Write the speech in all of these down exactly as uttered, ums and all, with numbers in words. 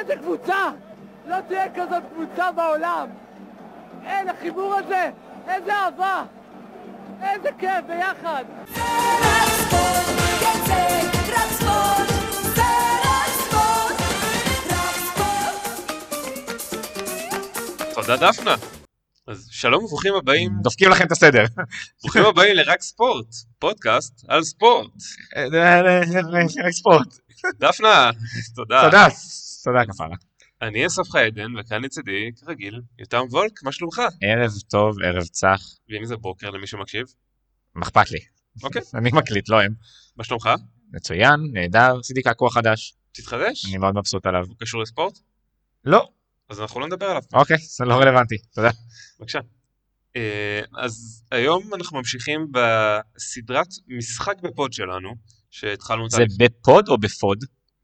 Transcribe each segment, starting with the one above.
איזה קבוצה? לא תהיה כזאת קבוצה בעולם. אין, החיבור הזה, איזה אהבה, איזה כיף ביחד. זה רק ספורט, כן זה רק ספורט, זה רק ספורט, רק ספורט. תודה דפנה. אז שלום וברוכים הבאים. דופקים לכם את הסדר. ברוכים הבאים לרק ספורט, פודקאסט על ספורט. רק ספורט. דפנה, תודה. תודה, תודה כפרה. אני אסף חיידן, וכאן לצידי, כרגיל, יותם וולק, מה שלומך? ערב טוב, ערב צח. ואם זה בוקר למי שמקשיב? מחפת לי. אוקיי. אני מקליט, לא הם. מה שלומך? מצוין, נהדר, עשיתי קעקוע חדש. תתחדש? אני מאוד מבסוט עליו. הוא קשור לספורט? לא. אז אנחנו לא נדבר עליו. אוקיי, זה לא רלוונטי, תודה. בבקשה. אז היום אנחנו ממשיכים בסדרת משחק בפוד שלנו, שהתחלנו אותה. זה בפוד או בפוד?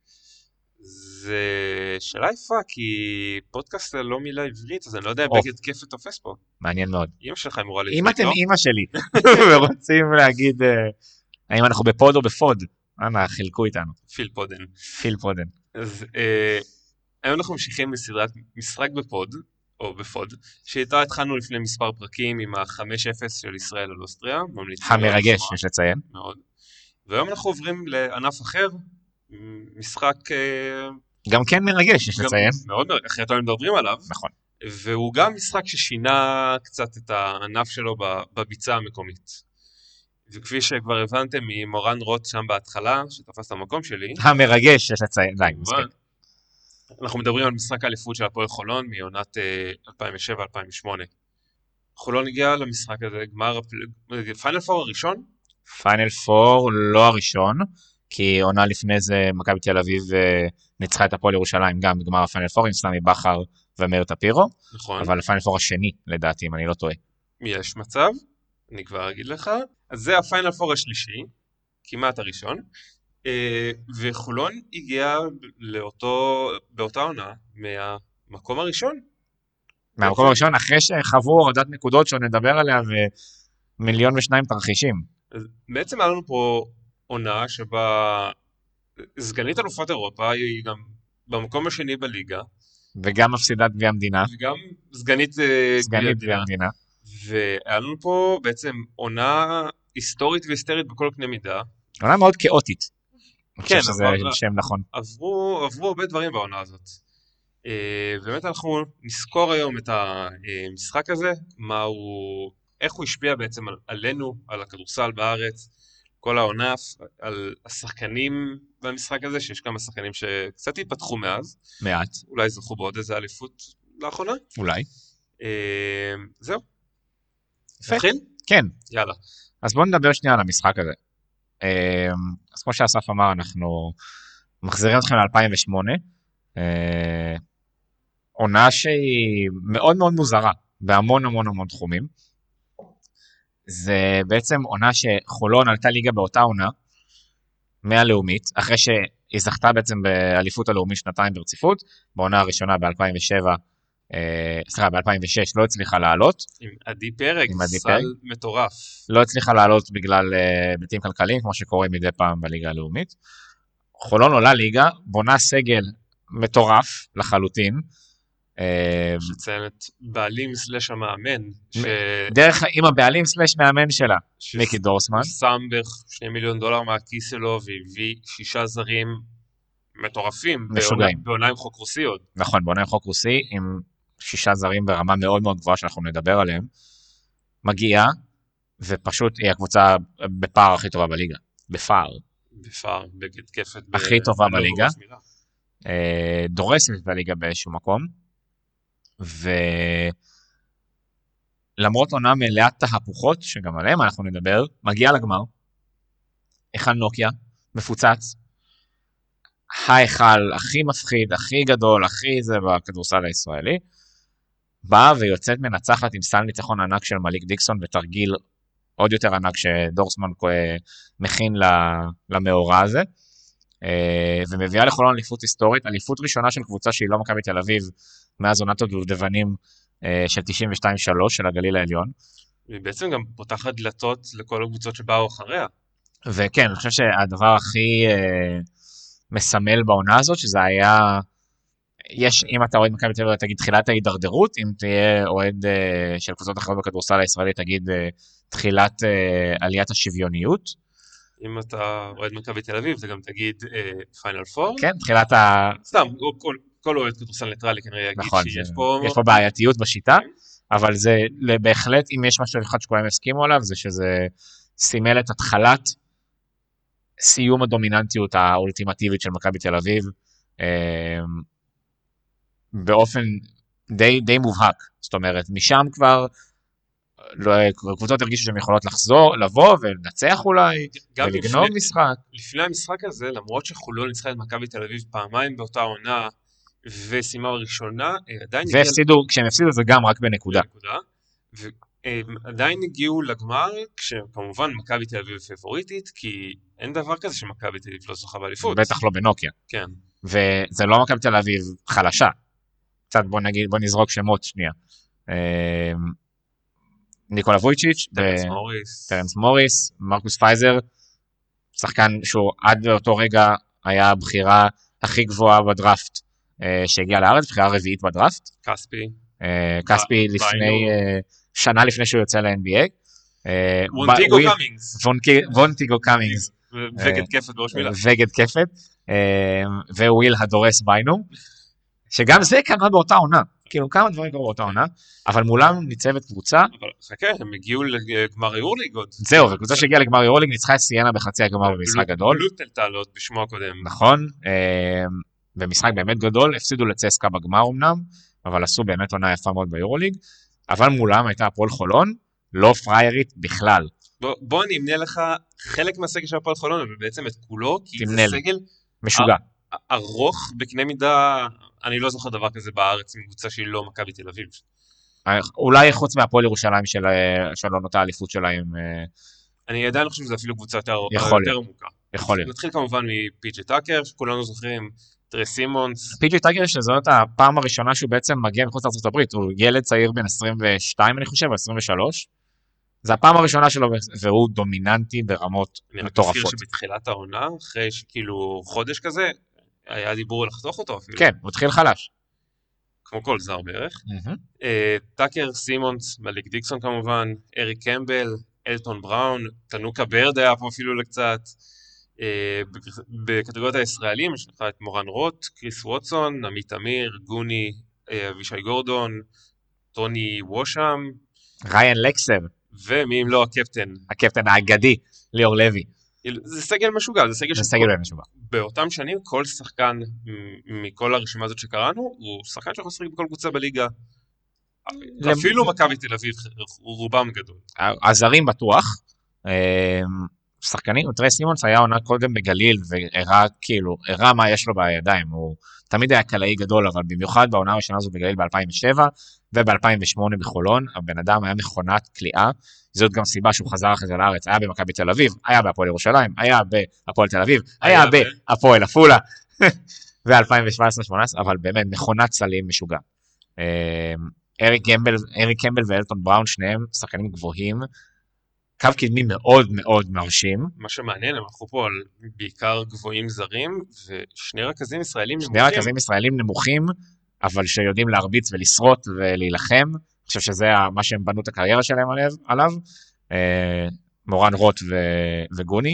זה שאלה יפה, כי פודקאסט זה לא מילה עברית, אז אני לא יודע בגד כיף ותופס פה. מעניין מאוד. אמא שלך אמורה אם להתחיל, אתם לא? אמא שלי, ורוצים להגיד האם אנחנו בפוד או בפוד, אנא, חילקו איתנו. פיל פודן. פיל פודן. אז אה, היום אנחנו ממשיכים בסדרת משחק בפוד, או בפוד, שאיתה התחלנו לפני מספר פרקים עם ה-חמש אפס של ישראל על אוסטריה. המרגש, יש לציין. מאוד. והיום אנחנו עוברים לענף אחר, משחק... גם כן מרגש, יש לציין. מאוד מרגש, אחרת לא מדברים עליו. נכון. והוא גם משחק ששינה קצת את הענף שלו בביצה המקומית. וכפי שכבר הבנתם ממורן רוט שם בהתחלה, שתפס את המקום שלי. המרגש, יש לציין. די, מספיק. אנחנו מדברים על משחק האליפות של הפועל חולון, מעונת אלפיים ושבע אלפיים ושמונה. חולון הגיע למשחק הזה, גמר, פיינל פור הראשון? פיינל פור לא הראשון, כי עונה לפני זה מכבי תל אביב ניצחה את הפועל ירושלים גם בגמר הפיינל פור עם סלמי בכר ומאיר טפירו, נכון. אבל הפיינל פור השני לדעתי, אם אני לא טועה. יש מצב, אני כבר אגיד לך. אז זה הפיינל פור השלישי, כמעט הראשון, וחולון הגיע לאותו, באותה עונה מהמקום הראשון. מהמקום הראשון, אחרי שחוו הורדת נקודות שנדבר עליה ומיליון ושניים תרחישים. אז בעצם היה לנו פה עונה שבה סגנית אלופת אירופה היא גם במקום השני בליגה. וגם מפסידת גביע המדינה. וגם סגנית, סגנית גביע המדינה. והיה לנו פה בעצם עונה היסטורית והיסטרית בכל קנה מידה. עונה מאוד כאוטית. כן, אני חושב שזה שם נכון. עברו, עברו הרבה דברים בעונה הזאת. באמת אנחנו נזכור היום את המשחק הזה, מה הוא, איך הוא השפיע בעצם עלינו, על הכדורסל בארץ, כל העונה, על השחקנים במשחק הזה, שיש כמה שחקנים שקצת התפתחו מאז. מעט. אולי זכו בעוד איזה אליפות לאחרונה. אולי. זהו. נתחיל? כן. יאללה. אז בואו נדבר שנייה על המשחק הזה. אז כמו שאסף אמר, אנחנו מחזירים אתכם ל-אלפיים ושמונה, עונה שהיא מאוד מאוד מוזרה, בהמון המון המון תחומים. זה בעצם עונה שחולון עלתה ליגה באותה עונה, מהלאומית, אחרי שהיא זכתה בעצם באליפות הלאומית שנתיים ברציפות, בעונה הראשונה ב-אלפיים ושבע, סליחה, ב-אלפיים ושש לא הצליחה לעלות. עם עדי פרק, סל פרק. מטורף. לא הצליחה לעלות בגלל היבטים כלכליים, כמו שקורה מדי פעם בליגה הלאומית. חולון עולה ליגה, בונה סגל מטורף לחלוטין. שציין את בעלים סלש המאמן. דרך עם הבעלים סלש מאמן שלה, מיקי דורסמן. שם בערך שני מיליון דולר מהכיס שלו, והביא שישה זרים מטורפים. משוגעים. בעונה עם חוק רוסי עוד. נכון, בעונה עם חוק רוסי, עם שישה זרים ברמה מאוד מאוד גבוהה שאנחנו נדבר עליהם. מגיעה, ופשוט היא הקבוצה בפער הכי טובה בליגה. בפער. בפער, בגתקפת. הכי טובה בליגה. דורסת בליגה באיזשהו מקום. ולמרות עונה מלאת תהפוכות, שגם עליהם אנחנו נדבר, מגיע לגמר. היכל נוקיה, מפוצץ. ההיכל הכי מפחיד, הכי גדול, הכי זה בכדורסל הישראלי. באה ויוצאת מנצחת עם סל ניצחון ענק של מליק דיקסון, ותרגיל עוד יותר ענק שדורסמן מכין למאורע הזה. ומביאה לחולון אליפות היסטורית, אליפות ראשונה של קבוצה שהיא לא מכבי תל אביב, מאז עונת הדובדבנים של תשעים ושתיים שלוש של הגליל העליון. היא בעצם גם פותחת דלתות לכל הקבוצות שבאו אחריה. וכן, אני חושב שהדבר הכי מסמל בעונה הזאת, שזה היה יש, אם אתה אוהד מכבי תל אביב, תגיד תחילת ההידרדרות, אם תהיה אוהד uh, של קבוצות אחרות בכדורסל הישראלי, תגיד uh, תחילת uh, עליית השוויוניות. אם אתה אוהד מכבי תל אביב, זה גם תגיד פיינל פור. כן, תחילת ה... סתם, כל, כל אוהד כדורסל ניטרלי כנראה יגיד נכון, שיש זה, פה... יש פה בעייתיות בשיטה, אבל זה בהחלט, אם יש משהו אחד שכולם הסכימו עליו, זה שזה סימל את התחלת סיום הדומיננטיות האולטימטיבית של מכבי תל אביב, באופן די, די מובהק. זאת אומרת, משם כבר קבוצות הרגישו שהן יכולות לחזור, לבוא ולנצח אולי, ולגנוב לפני, משחק. לפני המשחק הזה, למרות שחולון ניצחה את מכבי תל אביב פעמיים באותה עונה, וסיימה הראשונה, עדיין... והפסידו, הגיע... כשהם הפסידו זה גם רק בנקודה. בנקודה. ועדיין הגיעו לגמר, כשכמובן מכבי תל אביב פייבוריטית, כי אין דבר כזה שמכבי תל אביב לא זוכה באליפות. בטח לא בנוקיה. כן. וזה לא מכבי תל אביב חלשה. קצת בוא נגיד, בוא נזרוק שמות שנייה. ניקולה וויצ'יץ', טרנס מוריס, טרנס מוריס, מרקוס פייזר, שחקן שהוא עד לאותו רגע היה הבחירה הכי גבוהה בדראפט שהגיע לארץ, בחירה רביעית בדראפט. קספי. קספי לפני, שנה לפני שהוא יוצא ל-אן בי איי. וונטיגו קאמינגס. וונטיגו קאמינגס. וגד כפת בראש מילה. וגד כפת. וויל הדורס ביינו. שגם זה קרה באותה עונה. כאילו כמה דברים קרו באותה עונה, אבל מולם ניצבת קבוצה. אבל חכה, הם הגיעו לגמר היורליג עוד. זהו, וקבוצה שהגיעה לגמר היורליג ניצחה את סיינה בחצי הגמר במשחק גדול. לוטלטל עוד בשמו הקודם. נכון, במשחק באמת גדול, הפסידו לצסקה בגמר אמנם, אבל עשו באמת עונה יפה מאוד ביורליג, אבל מולם הייתה הפועל חולון, לא פריירית בכלל. בוא אני אמנה לך חלק מהסגל של הפועל חולון, אבל בעצם את כולו, כי זה סגל משוגע. ארוך בקנה מידה, אני לא זוכר דבר כזה בארץ, עם קבוצה שהיא לא מכבי תל אביב. אולי חוץ מהפועל ירושלים של עונות האליפות שלהם. אני עדיין חושב שזה אפילו קבוצה יותר עמוקה. יכול להיות. נתחיל כמובן מפי.ג'יי טאקר, שכולנו זוכרים, טרי סימונס. פי.ג'יי טאקר שזאת הפעם הראשונה שהוא בעצם מגיע מחוץ לארצות הברית, הוא ילד צעיר בין עשרים ושתיים אני חושב, עשרים ושלוש. זה הפעם הראשונה שלו, והוא דומיננטי ברמות מטורפות. אני מזכיר שבתחילת העונה, אחרי שכאילו חודש כזה, היה דיבור לחתוך אותו אפילו. כן, הוא התחיל חלש. כמו כל זר בערך. טאקר, סימונס, מליק דיקסון כמובן, אריק קמבל, אלטון בראון, תנוקה ברד היה פה אפילו לקצת. בקטגוריות הישראלים יש לך את מורן רוט, קריס ווטסון, עמית אמיר, גוני, אבישי גורדון, טוני וושם. ריין לקסר. ומי אם לא הקפטן. הקפטן האגדי, ליאור לוי. זה סגל משוגע, זה סגל, זה סגל משוגע. באותם שנים כל שחקן מכל הרשימה הזאת שקראנו, הוא שחקן שיכול לשחק בכל קבוצה בליגה. אפילו מכבי תל אביב, רובם גדול. הזרים בטוח. שחקנים, טרי סימונס היה עונה קודם בגליל, והראה כאילו, הראה מה יש לו בידיים. הוא תמיד היה קלעי גדול, אבל במיוחד בעונה הראשונה הזו בגליל ב-אלפיים ושבע, וב-אלפיים ושמונה בחולון, הבן אדם היה מכונת קליעה, זאת גם סיבה שהוא חזר אחרי זה לארץ, היה במכבי תל אביב, היה בהפועל ירושלים, היה בהפועל תל אביב, היה בהפועל עפולה, ב-אלפיים שבע עשרה שמונה עשרה, אבל באמת מכונת סלים משוגע. אריק קמבל, אריק קמבל ואלטון בראון, שניהם שחקנים גבוהים, קו קדמי מאוד מאוד מרשים. מה שמעניין, הם הלכו פה על בעיקר גבוהים זרים, ושני רכזים ישראלים נמוכים. שני רכזים ישראלים נמוכים, אבל שיודעים להרביץ ולשרוט ולהילחם. אני חושב שזה מה שהם בנו את הקריירה שלהם עליו. מורן רוט וגוני,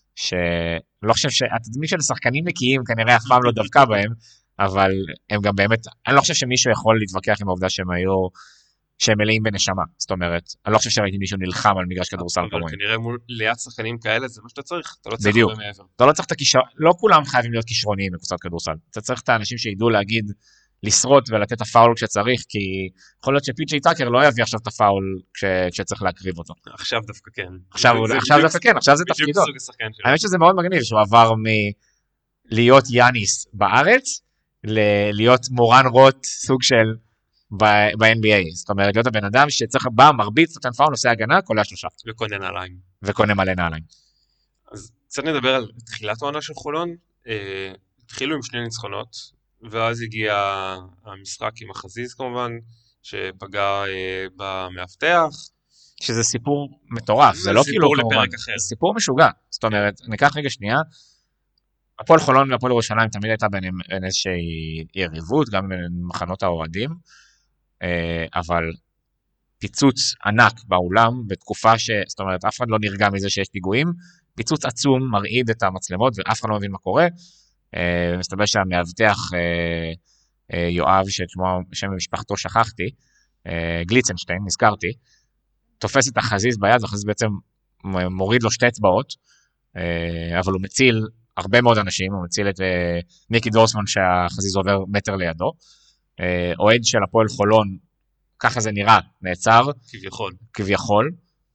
שלא חושב שהתדמית של שחקנים נקיים כנראה אף פעם לא דווקא בהם, אבל הם גם באמת, אני לא חושב שמישהו יכול להתווכח עם העובדה שהם היו, שהם מלאים בנשמה. זאת אומרת, אני לא חושב שראיתי מישהו נלחם על מגרש כדורסל כמוהם. אבל כנראה ליד שחקנים כאלה זה מה שאתה צריך, אתה לא צריך הרבה מעבר. אתה לא צריך את הכישרון, לא כולם חייבים להיות כישרוניים בקבוצת כדורסל. אתה צריך את האנשים שידעו להגיד, לשרוט ולתת את הפאול כשצריך, כי יכול להיות שפי.ג'יי טאקר לא יביא עכשיו את הפאול כשצריך להקריב אותו. עכשיו דווקא כן. עכשיו דווקא כן, עכשיו זה תפקידו. האמת שזה מאוד מגניב, שהוא עבר מלהיות יאניס בארץ, להיות מורן רוט סוג של ב-אן בי איי. זאת אומרת, להיות הבן אדם שצריך בא, מרביץ, נותן פאול, נושא הגנה, קולע שלושה. וקונה נעליים. וקונה מלא נעליים. אז קצת נדבר על תחילת העונה של חולון. התחילו עם שני ניצחונות. ואז הגיע המשחק עם החזיז כמובן, שפגע אה, במאבטח. שזה סיפור מטורף, זה, זה לא כאילו... סיפור לפרק אחר. זה סיפור משוגע. זאת אומרת, ניקח רגע שנייה, הפועל חולון והפועל ירושלים תמיד הייתה ביניהם איזושהי יריבות, גם בין מחנות האוהדים, אבל פיצוץ ענק באולם, בתקופה ש... זאת אומרת, אף אחד לא נרגע מזה שיש פיגועים, פיצוץ עצום מרעיד את המצלמות, ואף אחד לא מבין מה קורה, מסתבר שהמאבטח יואב, ששם משפחתו שכחתי, גליצנשטיין, נזכרתי, תופס את החזיז ביד, והחזיז בעצם מוריד לו שתי אצבעות, אבל הוא מציל הרבה מאוד אנשים, הוא מציל את מיקי דורסמן שהחזיז עובר מטר לידו, אוהד של הפועל חולון, ככה זה נראה, נעצר, כביכול, כביכול,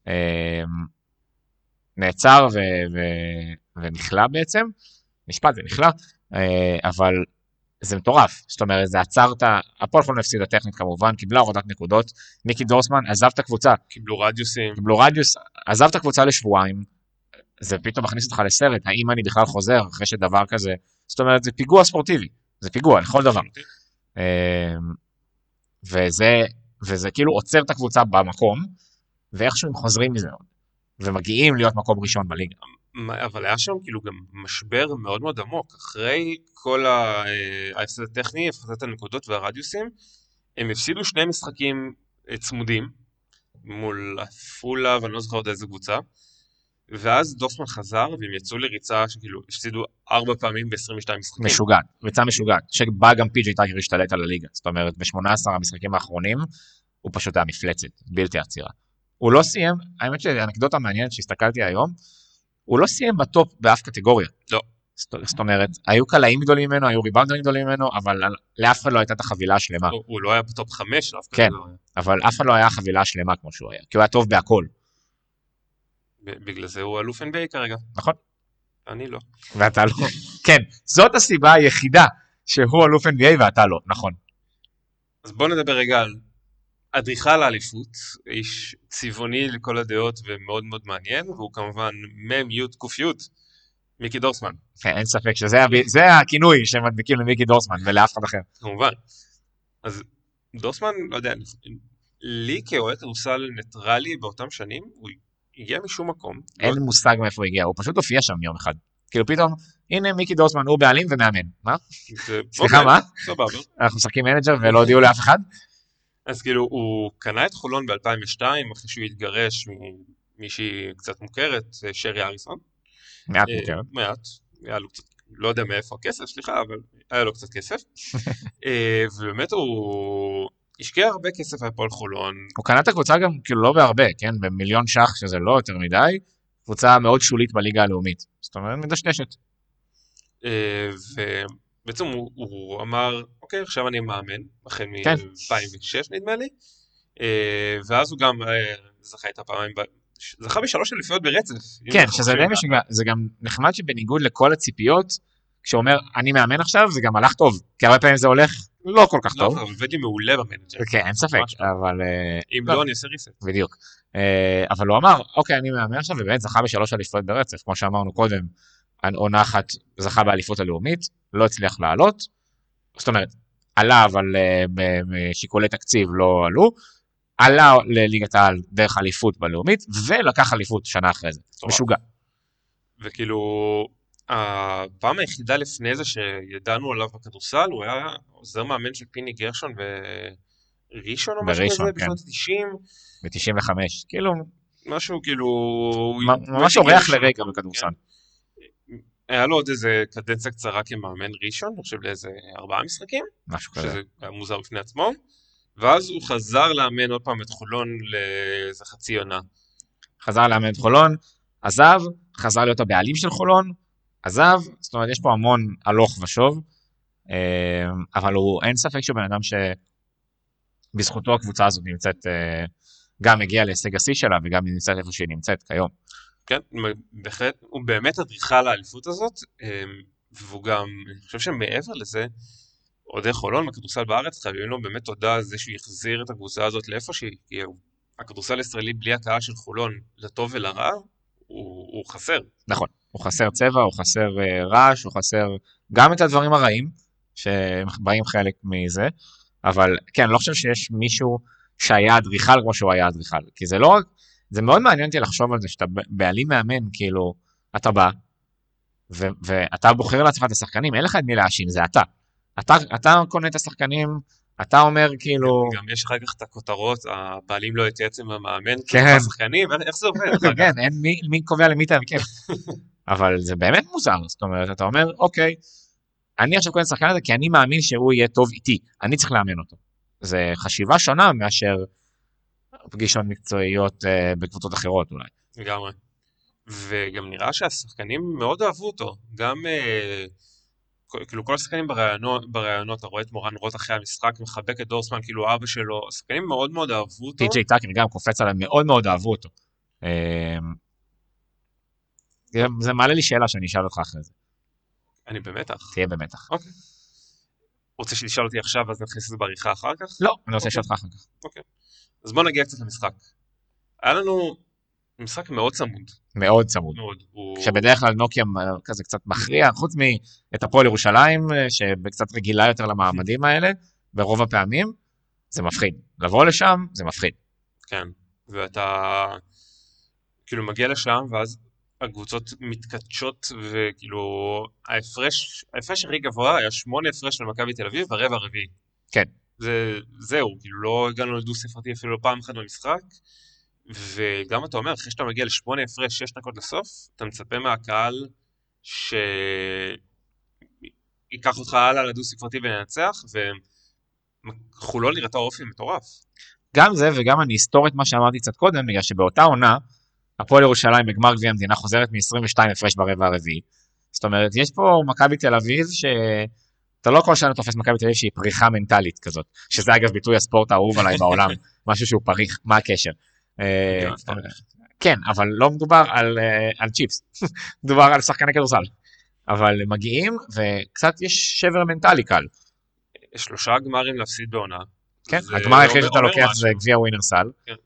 נעצר ו- ו- ונכלה בעצם, משפט זה נכלה, אבל זה מטורף, זאת אומרת, זה עצר את, הפועל חולון הפסידה טכנית כמובן, קיבלה הורדת נקודות, מיקי דורסמן עזב את הקבוצה, קיבלו רדיוסים, קיבלו רדיוס, עזב את הקבוצה לשבועיים, זה פתאום מכניס אותך לסרט, האם אני בכלל חוזר אחרי שדבר כזה, זאת אומרת, זה פיגוע ספורטיבי, זה פיגוע לכל דבר, וזה, וזה כאילו עוצר את הקבוצה במקום, ואיכשהו הם חוזרים מזה עוד, ומגיעים להיות מקום ראשון בליגה. אבל היה שם כאילו גם משבר מאוד מאוד עמוק, אחרי כל ההפסד הטכני, הפחתת הנקודות והרדיוסים, הם הפסידו שני משחקים צמודים, מול פולה, ואני לא זוכר עוד איזה קבוצה, ואז דורסמן חזר, והם יצאו לריצה שכאילו הפסידו ארבע פעמים ב-עשרים ושתיים משחקים. משוגעת, ריצה משוגעת, שבה גם פי ג'יי טאקר השתלט על הליגה, זאת אומרת, ב-שמונה עשר המשחקים האחרונים, הוא פשוט היה מפלצת, בלתי עצירה. הוא לא סיים, האמת שהאנקדוטה מעניינת שהסתכלתי היום, הוא לא סיים בטופ באף קטגוריה. לא. זאת אומרת, היו קלעים גדולים ממנו, היו ריבאונדרים גדולים ממנו, אבל לאף אחד לא הייתה את החבילה השלמה. הוא, הוא לא היה בטופ חמש, לאף כן, קטגוריה. אבל אף אחד לא היה החבילה השלמה כמו שהוא היה, כי הוא היה טוב בהכל. בגלל זה הוא אלוף אן בי איי כרגע. נכון. אני לא. ואתה לא. כן, זאת הסיבה היחידה שהוא אלוף אן בי איי ואתה לא, נכון. אז בוא נדבר רגע על אדריכל האליפות, איש צבעוני לכל הדעות ומאוד מאוד מעניין, והוא כמובן מם יוד קוף יוד, מיקי דורסמן. כן, אין ספק שזה הכינוי שמדביקים למיקי דורסמן ולאף אחד אחר. כמובן. אז דורסמן, לא יודע, לי כאוהד כדורסל ניטרלי באותם שנים, הוא הגיע משום מקום. אין לא... מושג מאיפה הוא הגיע, הוא פשוט הופיע שם יום אחד. כאילו פתאום, הנה מיקי דורסמן, הוא בעלים ומאמן. מה? זה... סליחה, מה? סבבה. אנחנו משחקים מנג'ר ולא הודיעו לאף אחד? אז כאילו, הוא קנה את חולון ב-אלפיים ושתיים, אחרי שהוא התגרש ממישהי קצת מוכרת, שרי אריסון. מעט מוכרת. מעט. היה לו קצת, לא יודע מאיפה הכסף, סליחה, אבל היה לו קצת כסף. ובאמת הוא השקיע הרבה כסף על הפועל חולון. הוא קנה את הקבוצה גם, כאילו לא בהרבה, כן? במיליון שח, שזה לא יותר מדי, קבוצה מאוד שולית בליגה הלאומית. זאת אומרת, מדשדשת. ובעצם הוא, הוא אמר, אוקיי, עכשיו אני מאמן, החל מ-אלפיים ושש נדמה לי, ואז הוא גם זכה את הפעמיים, זכה בשלוש אליפויות ברצף. כן, שזה די משוגע, זה גם נחמד שבניגוד לכל הציפיות, כשאומר, אני מאמן עכשיו, זה גם הלך טוב, כי הרבה פעמים זה הולך לא כל כך טוב. לא, אבל עבדתי מעולה במנג'ר. כן, אין ספק, אבל... אם לא, אני אעשה ריסט. בדיוק. אבל הוא אמר, אוקיי, אני מאמן עכשיו, ובאמת זכה בשלוש אליפויות ברצף, כמו שאמרנו קודם, עונה אחת זכה באליפות הלאומית, לא הצליח לעלות, זאת אומרת, עלה, אבל בשיקולי תקציב לא עלו, עלה לליגת העל דרך אליפות בלאומית, ולקח אליפות שנה אחרי זה, משוגע. וכאילו, הפעם היחידה לפני זה שידענו עליו בכדורסל, הוא היה עוזר מאמן של פיני גרשון וראשון או משהו כזה, בשנות ה-תשעים. ב-תשעים וחמש, כאילו... משהו כאילו... ממש אורח לרגע בכדורסל. היה לו עוד איזה קדנציה קצרה כמאמן ראשון, אני חושב לאיזה ארבעה משחקים. משהו כזה. שזה היה מוזר בפני עצמו. ואז הוא חזר לאמן עוד פעם את חולון לאיזה חצי עונה. חזר לאמן את חולון, עזב, חזר להיות הבעלים של חולון, עזב, זאת אומרת, יש פה המון הלוך ושוב, אבל הוא, אין ספק שהוא בן אדם שבזכותו הקבוצה הזאת נמצאת, גם הגיעה להישג השיא שלה, וגם נמצאת איפה שהיא נמצאת כיום. כן, בהחלט, הוא באמת אדריכל לאליפות הזאת, והוא גם, אני חושב שמעבר לזה, אוהדי חולון בכדורסל בארץ, חייבים לו באמת תודה על זה שהוא יחזיר את הקבוצה הזאת לאיפה שהיא, הכדורסל הישראלי בלי הקהל של חולון, לטוב ולרע, הוא, הוא חסר. נכון, הוא חסר צבע, הוא חסר uh, רעש, הוא חסר גם את הדברים הרעים, שבאים חלק מזה, אבל כן, אני לא חושב שיש מישהו שהיה אדריכל כמו שהוא היה אדריכל, כי זה לא רק, זה מאוד מעניין אותי לחשוב על זה, שאתה בעלים מאמן, כאילו, אתה בא, ו- ואתה בוחר לעצמך את השחקנים, אין לך את מי להאשים, זה אתה. אתה, אתה קונה את השחקנים, אתה אומר כאילו... גם יש אחר כך את הכותרות, הבעלים לא יתייעץ עם המאמן, כן. כאילו השחקנים, איך זה עובד אחר כך? כן, אין מי, מי קובע למי אתה, כן. אבל זה באמת מוזר, זאת אומרת, אתה אומר, אוקיי, אני עכשיו קונה את השחקן הזה, כי אני מאמין שהוא יהיה טוב איתי, אני צריך לאמן אותו. זה חשיבה שונה מאשר פגישות מקצועיות uh, בקבוצות אחרות אולי. לגמרי. וגם נראה שהשחקנים מאוד אהבו אותו, גם... Uh... כאילו כל השחקנים ברעיונות, ברעיונות, אתה רואה את מורן רוט אחרי המשחק, מחבק את דורסמן, כאילו אבא שלו, השחקנים מאוד מאוד אהבו אותו. טי.ג'יי טאקר גם קופץ עליהם, מאוד מאוד אהבו אותו. זה מעלה לי שאלה שאני אשאל אותך אחרי זה. אני במתח. תהיה במתח. אוקיי. רוצה שתשאל אותי עכשיו, אז נכניס את זה בעריכה אחר כך? לא, אני רוצה לשאול אותך אחר כך. אוקיי. אז בוא נגיע קצת למשחק. היה לנו משחק מאוד צמוד. מאוד צמוד. מאוד. שבדרך כלל נוקיה כזה קצת מכריע, חוץ מאת הפועל ירושלים, שבקצת רגילה יותר למעמדים האלה, ברוב הפעמים, זה מפחיד. לבוא לשם, זה מפחיד. כן, ואתה כאילו מגיע לשם, ואז הקבוצות מתקדשות, וכאילו ההפרש, ההפרש הכי גבוה היה שמונה הפרש למכבי תל אביב, ברבע הרביעי. כן. זה, זהו, כאילו לא הגענו לדו ספרתי אפילו לא פעם אחת במשחק, וגם אתה אומר, אחרי שאתה מגיע לשמונה הפרש, שש דקות לסוף, אתה מצפה מהקהל שייקח אותך הלאה לדו ספרתי וננצח, וחולון נראתה אופי מטורף. גם זה, וגם אני אסתור את מה שאמרתי קצת קודם, בגלל שבאותה עונה, הפועל ירושלים בגמר גביע המדינה חוזרת מ-עשרים ושתיים הפרש ברבע הרביעי. זאת אומרת, יש פה מכבי תל אביב, שאתה לא כל שנה תופס מכבי תל אביב שהיא פריחה מנטלית כזאת, שזה אגב ביטוי הספורט האהוב עליי בעולם, משהו שהוא פריך, מה הקשר? כן, אבל לא מדובר על צ'יפס, מדובר על שחקני כדורסל, אבל מגיעים וקצת יש שבר מנטלי קל. יש שלושה גמרים להפסיד בעונה. כן, הגמר היחיד שאתה לוקח זה גביע ווינרסל,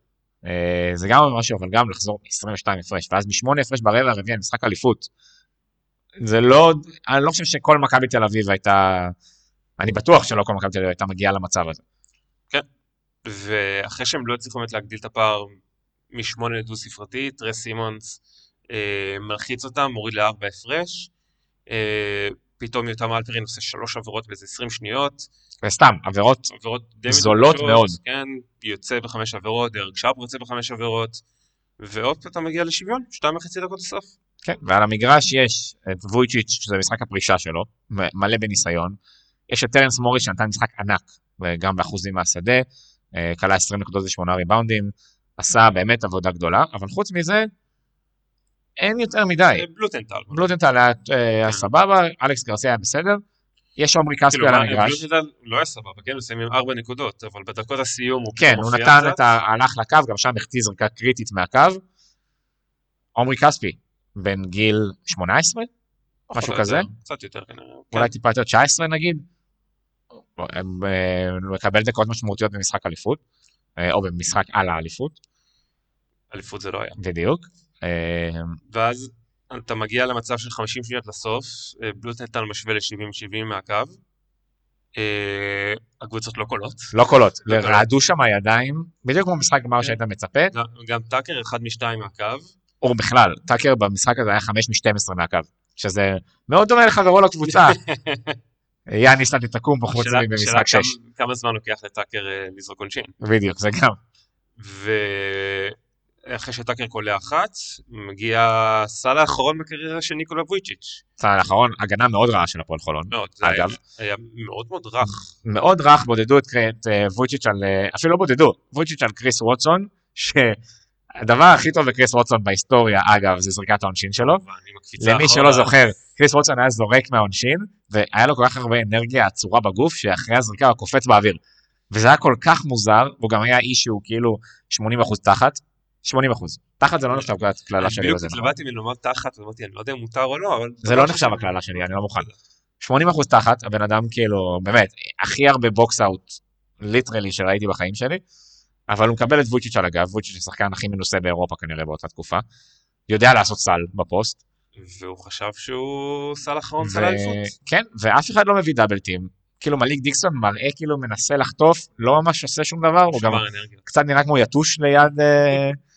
זה גם משהו, אבל גם לחזור עשרים ושתיים הפרש, ואז משמונה הפרש ברבע הרביעי משחק אליפות. זה לא, אני לא חושב שכל מכבי תל אביב הייתה, אני בטוח שלא כל מכבי תל אביב הייתה מגיעה למצב הזה. כן. ואחרי שהם לא הצליחו באמת להגדיל את הפער משמונה לדו ספרתי, טרס סימונס אה, מלחיץ אותם, מוריד לארבע הפרש, אה, פתאום יותם אלפרין עושה שלוש עבירות באיזה עשרים שניות. וסתם, עבירות, עבירות זולות מדושות, מאוד. כן, יוצא בחמש עבירות, דרג שפר יוצא בחמש עבירות, ועוד אתה מגיע לשוויון, שתיים וחצי דקות לסוף. כן, ועל המגרש יש את וויצ'יץ', שזה משחק הפרישה שלו, מלא בניסיון, יש את טרנס מוריס שנתן משחק ענק, וגם באחוזים מהשדה, קלה עשרים נקודות ושמונה ריבאונדים, עשה באמת עבודה גדולה, אבל חוץ מזה, אין יותר מדי. בלוטנטל. בלוטנטל היה סבבה, אלכס גרסיה היה בסדר, יש עומרי כספי על המגרש. בלוטנטל לא היה סבבה, כן, מסיים עם ארבע נקודות, אבל בדקות הסיום הוא כן, הוא נתן את ההלך לקו, גם שם החטיא זריקה קריטית מהקו. עומרי כספי, בין גיל שמונה עשרה, משהו כזה. קצת יותר כנראה. אולי טיפה יותר תשע עשרה נגיד. הוא מקבל דקות משמעותיות במשחק אליפות, או במשחק על האליפות. אליפות זה לא היה. בדיוק. ואז אתה מגיע למצב של חמישים שניות לסוף, בלוטנטל משווה ל-שבעים שבעים מהקו, הקבוצות לא קולות. לא קולות, רעדו שם הידיים, בדיוק כמו משחק גמר שהיית מצפה. גם טאקר אחד משתיים מהקו. או בכלל, טאקר במשחק הזה היה חמש משתים עשרה מהקו, שזה מאוד דומה לחברו לקבוצה. יאניס נתי תקום פה חוץ לי במשחק שש. כמה זמן לוקח לטאקר לזרוק עונשין. בדיוק, זה גם. ואחרי שטאקר קולה אחת, מגיע סל האחרון בקריירה של ניקולה וויצ'יץ'. סל האחרון, הגנה מאוד רעה של הפועל חולון. מאוד, זה היה מאוד מאוד רך. מאוד רך, בודדו את וויצ'יץ' על, אפילו לא בודדו, וויצ'יץ' על קריס ווטסון, שהדבר הכי טוב בקריס ווטסון בהיסטוריה, אגב, זה זריקת העונשין שלו. למי שלא זוכר, קריס ווטסון היה זורק מהעונשין, והיה לו כל כך הרבה אנרגיה עצורה בגוף, שאחרי הזריקה הוא קופץ באוויר. וזה היה כל כך מוזר, והוא גם היה איש שהוא כאילו שמונים אחוז תחת, שמונים אחוז. תחת זה לא נחשב כללה שלי. אני בדיוק התלבטתי מלומד תחת, ואמרתי, אני לא יודע אם מותר או לא, אבל... זה לא נחשב הכללה שלי, אני לא מוכן. שמונים אחוז תחת, הבן אדם כאילו, באמת, הכי הרבה בוקס-אוט, ליטרלי שראיתי בחיים שלי, אבל הוא מקבל את וויצ'יץ' על הגב, וויצ'יץ' השחקן הכי מנוסה באירופה כנראה באותה תקופה, יודע לעשות סל בפוסט. והוא חשב שהוא סל אחרון סל אליפות. כן, ואף אחד לא מביא דאבל טים. כאילו מליק דיקסון מראה כאילו מנסה לחטוף, לא ממש עושה שום דבר, הוא גם קצת נראה כמו יתוש ליד,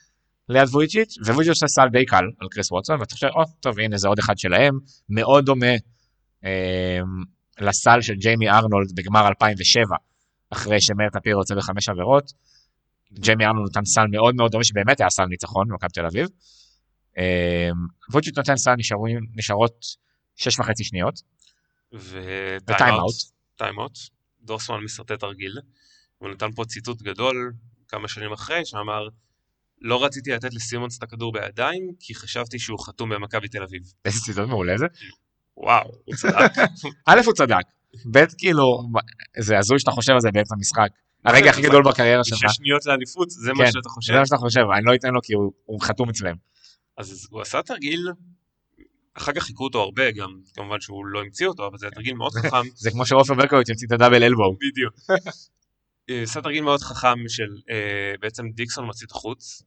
ליד וויצ'יץ', וויצ'יץ' עושה סל די קל על קריס ווטסון, ואתה חושב, או, טוב, הנה, זה עוד אחד שלהם, מאוד דומה אה, לסל של ג'יימי ארנולד בגמר אלפיים ושבע, אחרי שמאיר טפיר יוצא בחמש עבירות, ג'יימי ארנולד נותן סל מאוד מאוד דומה, שבאמת היה סל ניצחון במכבי תל אביב, אה, וויצ'יץ' נותן סל נשארים, נשארות שש וחצי שניות, וטיימאוט, טיימאוט, דורסמן מסרטט תרגיל, הוא נתן פה ציטוט גדול, כמה שנים אחרי, שאמר, לא רציתי לתת לסימונס את הכדור בידיים, כי חשבתי שהוא חתום במכבי תל אביב. איזה ציטוט מעולה זה? וואו, הוא צדק. א' הוא צדק, ב' כאילו, זה הזוי שאתה חושב על זה באמצע המשחק. הרגע הכי גדול בקריירה שלך. שש שניות לאליפות, זה מה שאתה חושב. זה מה שאתה חושב, אני לא אתן לו כי הוא חתום אצלם. אז הוא עשה תרגיל, אחר כך חיכו אותו הרבה, גם כמובן שהוא לא המציא אותו, אבל זה תרגיל מאוד חכם. זה כמו שעופר ברקוביץ' המציא את הדאבל אלבו. בדיוק. עשה תרגיל מאוד חכם של בעצם דיקסון מציא את החוץ,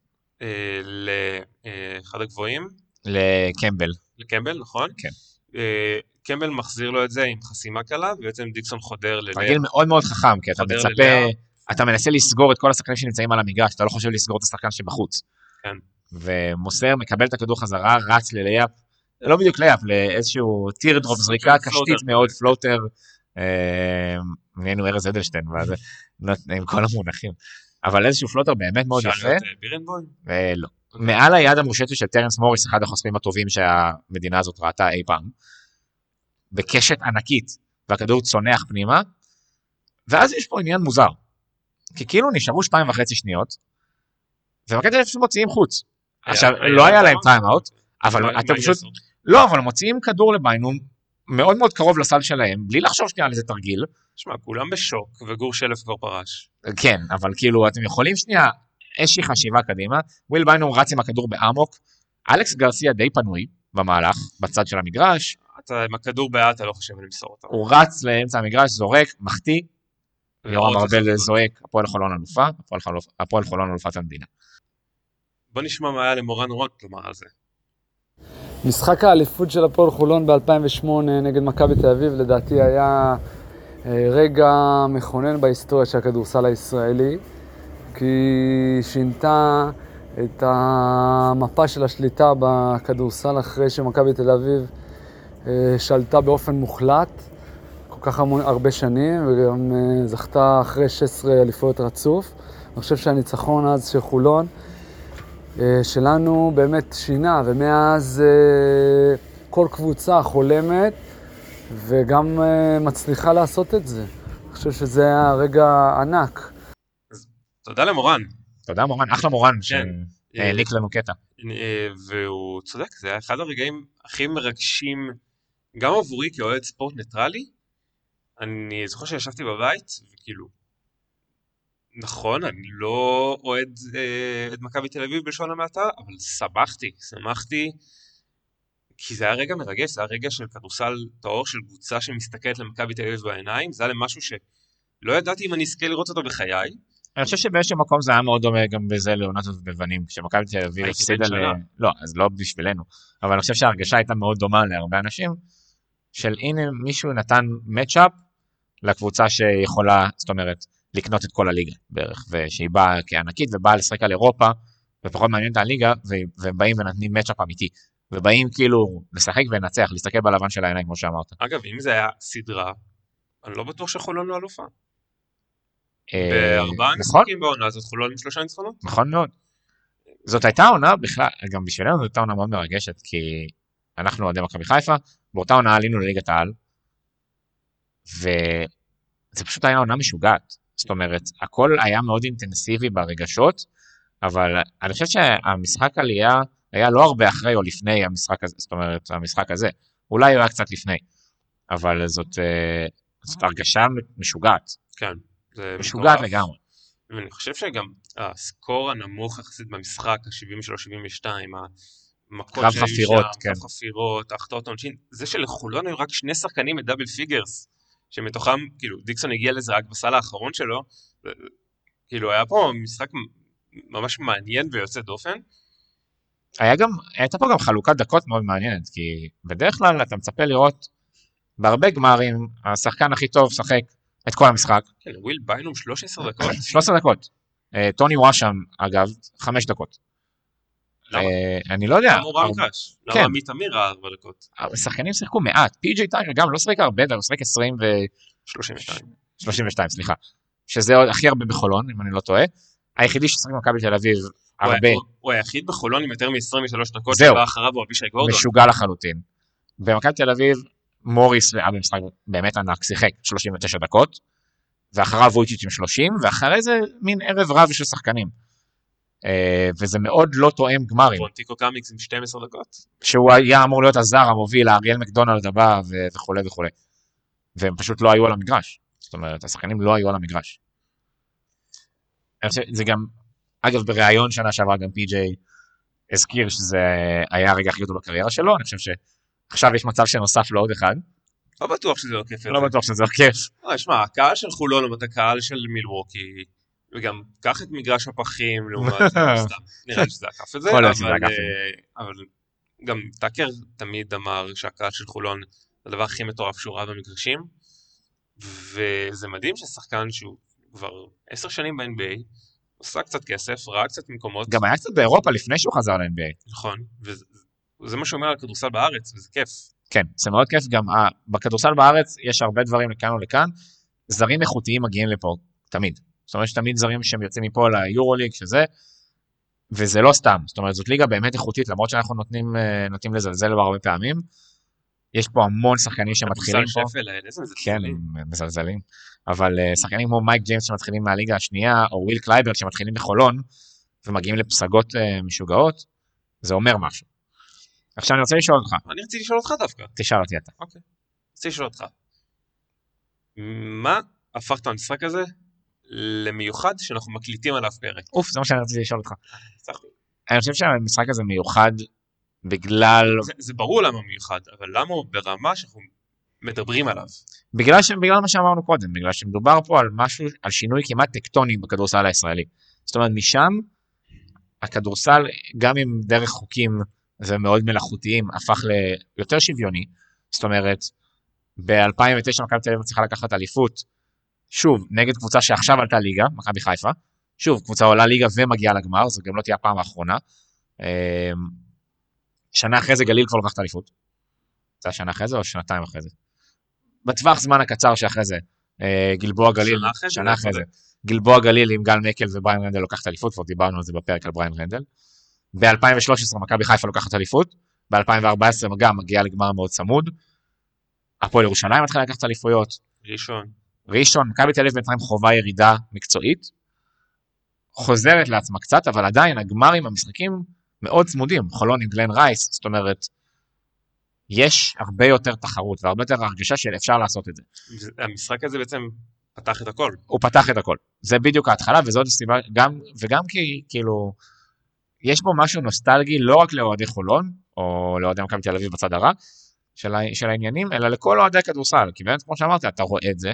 לאחד הגבוהים. לקמבל. לקמבל, נכון? כן. קמבל מחזיר לו את זה עם חסימה קלה, ובעצם דיקסון חודר ללאה. תרגיל מאוד מאוד חכם, כי אתה מצפה, אתה מנסה לסגור את כל השחקנים שנמצאים על המגרש, אתה לא חושב לסגור את השחקן שבחוץ. כן. ומוסר, מקבל את הכדור חזרה, רץ ללייפ, לא בדיוק לייפ, לאיזשהו טירדרופ זריקה, קשתית מאוד, פלוטר, נהיינו ארז אדלשטיין, עם כל המונחים. אבל איזשהו פלוטר באמת מאוד יפה. שאלת בירנבוים? לא. מעל היד המושטת של טרנס מוריס, אחד החושפים הטובים שהמדינה הזאת ראתה אי פעם, בקשת ענקית, והכדור צונח פנימה, ואז יש פה עניין מוזר. כי כאילו נשארו שתיים וחצי שניות, ומכבי תל אביב מוציאים חוץ. עכשיו, לא היה להם טיימאוט, אבל אתם פשוט... לא, אבל מוציאים כדור לביינום, מאוד מאוד קרוב לסל שלהם, בלי לחשוב שנייה על איזה תרגיל. תשמע, כולם בשוק, וגור שלף כבר פרש. כן, אבל כאילו, אתם יכולים שנייה, איזושהי חשיבה קדימה, וויל ביינום רץ עם הכדור באמוק, אלכס גרסיה די פנוי במהלך, בצד של המגרש. אתה עם הכדור בעד, אתה לא חושב למסור אותו. הוא רץ לאמצע המגרש, זורק, מחטיא, יורם ארבל זועק, הפועל חולון אלופה, הפועל חולון אלופת המדינה. בוא נשמע מה היה למורן רון לומר על זה. משחק האליפות של הפועל חולון ב-אלפיים ושמונה נגד מכבי תל אביב, לדעתי היה רגע מכונן בהיסטוריה של הכדורסל הישראלי, כי שינתה את המפה של השליטה בכדורסל אחרי שמכבי תל אביב שלטה באופן מוחלט כל כך הרבה שנים, וגם זכתה אחרי שש עשרה אליפויות רצוף. אני חושב שהניצחון אז של חולון שלנו באמת שינה, ומאז כל קבוצה חולמת וגם מצליחה לעשות את זה. אני חושב שזה היה רגע ענק. תודה למורן. תודה מורן, אחלה מורן שהעניק לנו קטע. והוא צודק, זה היה אחד הרגעים הכי מרגשים, גם עבורי כאוהד ספורט ניטרלי. אני זוכר שישבתי בבית, וכאילו, נכון, אני לא אוהד אה, את מכבי תל אביב בלשון המעטה, אבל שמחתי, שמחתי, כי זה היה רגע מרגש, זה היה רגע של כדורסל טהור, של קבוצה שמסתכלת למכבי תל אביב בעיניים, זה היה למשהו שלא ידעתי אם אני אזכה לראות אותו בחיי. אני חושב שבאיזשהו מקום זה היה מאוד דומה גם בזה לעונת ובבנים, כשמכבי תל אביב הפסידה ל... לא, אז לא בשבילנו, אבל אני חושב שההרגשה הייתה מאוד דומה להרבה אנשים, של הנה מישהו נתן מצ'אפ לקבוצה שיכולה, זאת אומרת, לקנות את כל הליגה בערך, ושהיא באה כענקית ובאה לשחק על אירופה, ופחות מעניין את הליגה, ובאים ונתנים מצ'אפ אמיתי, ובאים כאילו לשחק ונצח, להסתכל בלבן של העיניים, כמו שאמרת. אגב, אם זה היה סדרה, אני לא בטוח שחולון לא אלופה. בארבעה משחקים בעונה הזאת, חולון עם שלושה ניצחונות. נכון מאוד. זאת הייתה עונה בכלל, גם בשבילנו זאת הייתה עונה מאוד מרגשת, כי אנחנו אוהדי מכבי חיפה, באותה עונה עלינו לליגת העל, וזה פשוט היה עונה משוגעת. זאת אומרת, הכל היה מאוד אינטנסיבי ברגשות, אבל אני חושב שהמשחק עלייה היה לא הרבה אחרי או לפני המשחק הזה, זאת אומרת, המשחק הזה. אולי הוא היה קצת לפני, אבל זאת, זאת הרגשה משוגעת. כן. משוגעת לגמרי. ואני חושב שגם הסקור הנמוך יחסית במשחק, ה-שבעים ושלוש שבעים ושתיים, המכות שהיו חפירות, שם, כן. חפירות, ההחטאות עונשין, זה שלחולון היו רק שני שחקנים מדאבל פיגרס, שמתוכם, כאילו, דיקסון הגיע לזה רק בסל האחרון שלו, כאילו, היה פה משחק ממש מעניין ויוצא דופן. היה גם, הייתה פה גם חלוקת דקות מאוד מעניינת, כי בדרך כלל אתה מצפה לראות, בהרבה גמרים, השחקן הכי טוב שחק את כל המשחק. כן, וויל ביינום שלוש עשרה דקות. שלוש עשרה דקות. טוני וואשם, אגב, חמש דקות. למה? אני לא יודע. למה הוא רע מגרש? למה עמית אמיר רע ארבע דקות? השחקנים שיחקו מעט, פי.ג'יי טאקר גם לא שחק הרבה, הוא שחק עשרים ו... שלושים ושתיים. שלושים ושתיים, סליחה. שזה עוד הכי הרבה בחולון, אם אני לא טועה. היחידי ששחק במכבי תל אביב הרבה. הוא היחיד בחולון עם יותר מ-עשרים ושלוש דקות, זהו. שבא אחריו הוא אבישי גורדון. משוגע לחלוטין. במכבי תל אביב, מוריס היה במשחק באמת ענק, שיחק שלושים ותשע דקות, ואחריו וויצ'יץ' עם שלושים, ואחרי זה מין ערב רב של שחקנים. וזה מאוד לא תואם גמרים. פונטיקו קאמיקס עם שתים עשרה דקות. שהוא היה אמור להיות הזר המוביל, האריאל מקדונלד הבא וכו' וכו'. והם פשוט לא היו על המגרש. זאת אומרת, השחקנים לא היו על המגרש. זה גם, אגב, בריאיון שנה שעברה גם פי.ג'יי הזכיר שזה היה הרגע הכי גדול בקריירה שלו, אני חושב שעכשיו יש מצב שנוסף לעוד אחד. לא בטוח שזה לא כיף. לא בטוח שזה לא כיף. לא, שמע, הקהל של חולון לעומת הקהל של מילווקי, וגם קח את מגרש הפחים לעומת, סתם, נראה לי שזה עקף את זה, אבל גם טאקר תמיד אמר שהקהל של חולון זה הדבר הכי מטורף שהוא ראה במגרשים, וזה מדהים ששחקן שהוא כבר עשר שנים ב-אן בי איי, עושה קצת כסף, ראה קצת מקומות. גם היה קצת באירופה לפני שהוא חזר ל-אן בי איי. נכון, וזה מה שאומר על כדורסל בארץ, וזה כיף. כן, זה מאוד כיף, גם בכדורסל בארץ יש הרבה דברים לכאן ולכאן, זרים איכותיים מגיעים לפה, תמיד. זאת אומרת, שתמיד זרים שהם יוצאים מפה ליורוליג, שזה, וזה לא סתם. זאת אומרת, זאת ליגה באמת איכותית, למרות שאנחנו נותנים, נותנים לזלזל בה הרבה פעמים. יש פה המון שחקנים שמתחילים פה. שפל, איזה כן, מזלזלים. אבל שחקנים כמו מייק ג'יימס שמתחילים מהליגה השנייה, או וויל קלייברט שמתחילים בחולון, ומגיעים לפסגות משוגעות, זה אומר משהו. עכשיו אני רוצה לשאול אותך. אני רציתי לשאול אותך דווקא. תשאל אותי אתה. אוקיי. רציתי לשאול אותך. מה הפכת המשחק הזה למיוחד שאנחנו מקליטים עליו פרק? אוף, זה מה שאני רציתי לשאול אותך. אני חושב שהמשחק הזה מיוחד בגלל... זה, זה ברור למה מיוחד, אבל למה הוא ברמה שאנחנו מדברים עליו? בגלל, ש... בגלל מה שאמרנו קודם, בגלל שמדובר פה על משהו, על שינוי כמעט טקטוני בכדורסל הישראלי. זאת אומרת, משם הכדורסל, גם עם דרך חוקים ומאוד מלאכותיים, הפך ליותר שוויוני. זאת אומרת, ב-אלפיים ותשע מכבי תל אביב צריכה לקחת אליפות, שוב, נגד קבוצה שעכשיו עלתה ליגה, מכבי חיפה, שוב, קבוצה עולה ליגה ומגיעה לגמר, זו גם לא תהיה הפעם האחרונה. שנה אחרי זה גליל כבר לקחת אליפות. זה השנה אחרי זה או שנתיים אחרי זה? בטווח זמן הקצר שאחרי זה, גלבוע גליל, שנה אחרי זה, גלבוע גליל עם גל מקל ובריין רנדל לוקחת אליפות, כבר דיברנו על זה בפרק על בריין רנדל. ב-אלפיים ושלוש עשרה מכבי חיפה לוקחת אליפות, ב-אלפיים וארבע עשרה גם מגיעה לגמר מאוד צמוד, הפועל ירושלים מתחילה לקחת אליפויות. ראשון. ראשון, מכבי תל אביב בינתיים חובה ירידה מקצועית, חוזרת לעצמה קצת, אבל עדיין הגמרים המשחקים מאוד צמודים, חולון עם גלן רייס, זאת אומרת, יש הרבה יותר תחרות, והרבה יותר הרגשה שאפשר לעשות את זה. המשחק הזה בעצם פתח את הכל. הוא פתח את הכל. זה בדיוק ההתחלה, וזאת הסיבה, גם, וגם כי, כאילו, יש בו משהו נוסטלגי, לא רק לאוהדי חולון, או לאוהדי מכבי תל אביב בצד הרע, של, של העניינים, אלא לכל אוהדי כדורסל, כי באמת, כמו שאמרתי, אתה רואה את זה.